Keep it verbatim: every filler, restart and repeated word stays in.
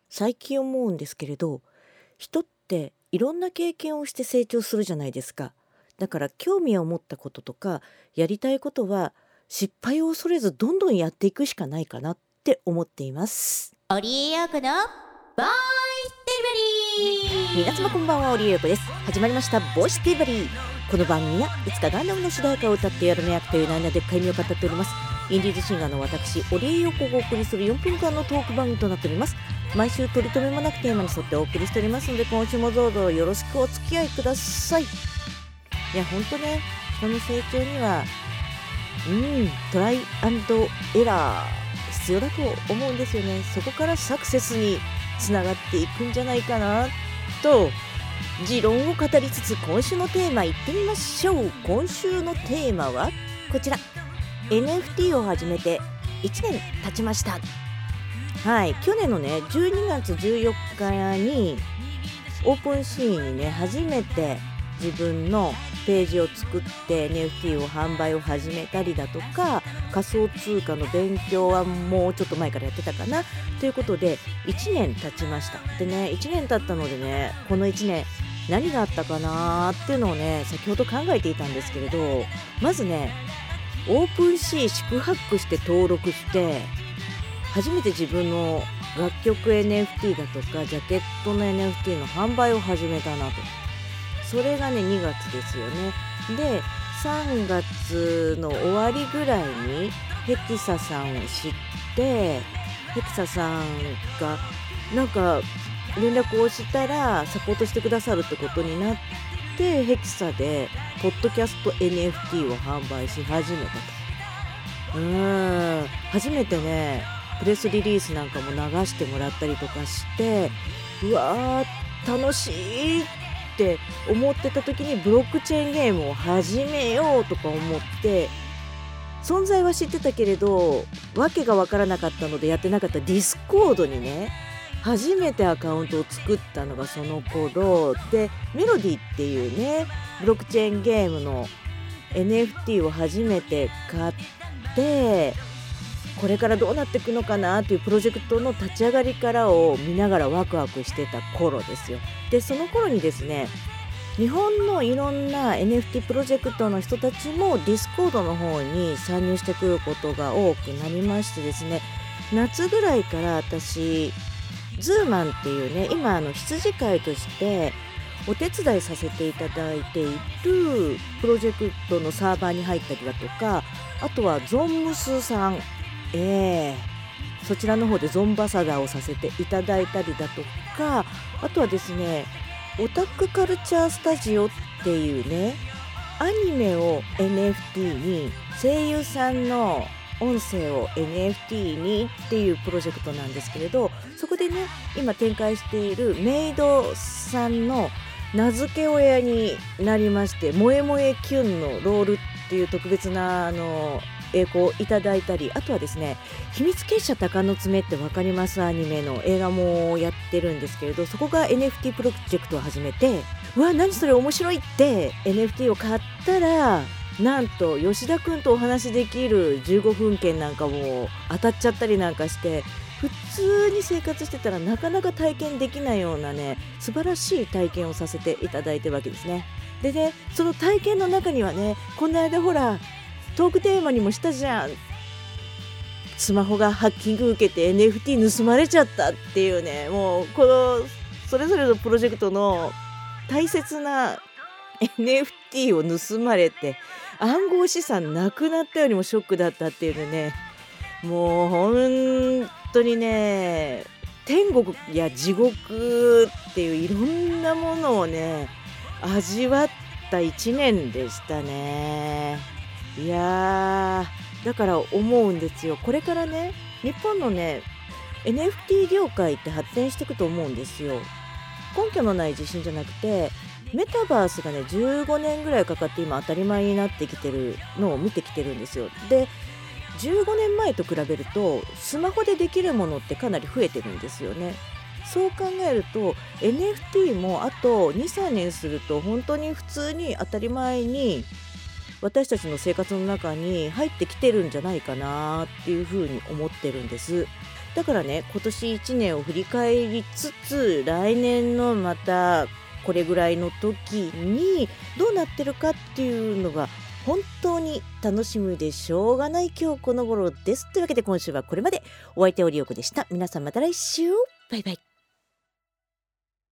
最近思うんですけれど、人っていろんな経験をして成長するじゃないですか。だから興味を持ったこととかやりたいことは失敗を恐れずどんどんやっていくしかないかなって思っています。 オリエヨーコのボイスデリバリー。 皆様こんばんは、オリエヨコです。始まりましたボイスデリバリー。この番組はいつかガンダムの主題歌を歌ってやるの役という内容でっかい意味を語っております。インディーズシンガーの私オリエヨコがお送りするよんぷんかんのトーク番組となっております。毎週取り留めもなくテーマに沿ってお送りしておりますので、今週もどうぞよろしくお付き合いください。いやほんとね、人の成長にはうんトライアンドエラー必要だと思うんですよね。そこからサクセスにつながっていくんじゃないかなと持論を語りつつ、今週のテーマいってみましょう。今週のテーマはこちら。 エヌエフティー を始めていちねん経ちました。はい、去年のねじゅうにがつじゅうよっかにオープンシーンにね初めて自分のページを作って エヌエフティー を販売を始めたりだとか、仮想通貨の勉強はもうちょっと前からやってたかなということでいちねん経ちました。でね、いちねん経ったのでね、このいちねん何があったかなっていうのをね先ほど考えていたんですけれど、まずねオープンシー宿泊して登録して初めて自分の楽曲 エヌエフティー だとかジャケットの エヌエフティー の販売を始めたなと。それがねにがつですよね。でさんがつの終わりぐらいにヘキサさんを知って、ヘキサさんがなんか連絡をしたらサポートしてくださるってことになって、ヘキサでポッドキャスト エヌエフティー を販売し始めたと。うーん初めてねプレスリリースなんかも流してもらったりとかして、うわー楽しいって思ってた時にブロックチェーンゲームを始めようとか思って、存在は知ってたけれどわけがわからなかったのでやってなかったディスコードにね初めてアカウントを作ったのがその頃で、メロディっていうねブロックチェーンゲームの エヌエフティー を初めて買って、これからどうなっていくのかなっていうプロジェクトの立ち上がりからを見ながらワクワクしてた頃ですよ。でその頃にですね、日本のいろんな エヌエフティー プロジェクトの人たちもディスコードの方に参入してくることが多くなりましてですね、夏ぐらいから私ズーマンっていうね、今あの羊飼いとしてお手伝いさせていただいているプロジェクトのサーバーに入ったりだとか、あとはゾンムスさん、えー、そちらの方でゾンバサダーをさせていただいたりだとか、あとはですねオタクカルチャースタジオっていうねアニメを エヌエフティー に声優さんの音声を エヌエフティー にっていうプロジェクトなんですけれど、そこでね今展開しているメイドさんの名付け親になりまして、萌え萌えキュンのロールっていう特別なあの栄光をいただいたり、あとはですね秘密結社鷹の爪ってわかります？アニメの映画もやってるんですけれど、そこが エヌエフティー プロジェクトを始めて、うわ何それ面白いって エヌエフティー を買ったら、なんと吉田くんとお話しできるじゅうごふん券なんかも当たっちゃったりなんかして、普通に生活してたらなかなか体験できないようなね素晴らしい体験をさせていただいてるわけですね。でね、その体験の中にはね、この間ほらトークテーマにもしたじゃん、スマホがハッキング受けて エヌエフティー 盗まれちゃったっていうね、もうこのそれぞれのプロジェクトの大切な エヌエフティー を盗まれて暗号資産なくなったよりもショックだったっていうのね、もう本当にね天国や地獄っていういろんなものをね味わったいちねんでしたね。いやーだから思うんですよ、これからね日本のね エヌエフティー 業界って発展していくと思うんですよ。根拠のない自信じゃなくて、メタバースがねじゅうごねんぐらいかかって今当たり前になってきてるのを見てきてるんですよ。でじゅうごねんまえと比べるとスマホでできるものってかなり増えてるんですよね。そう考えると エヌエフティー もあと にさんねんすると本当に普通に当たり前に私たちの生活の中に入ってきてるんじゃないかなっていうふうに思ってるんです。 だからね、今年いちねんを振り返りつつ、来年のまたこれぐらいの時にどうなってるかっていうのが本当に楽しみでしょうがない今日この頃です。というわけで今週はこれまで。お相手オリオコでした。皆さんまた来週。バイバイ。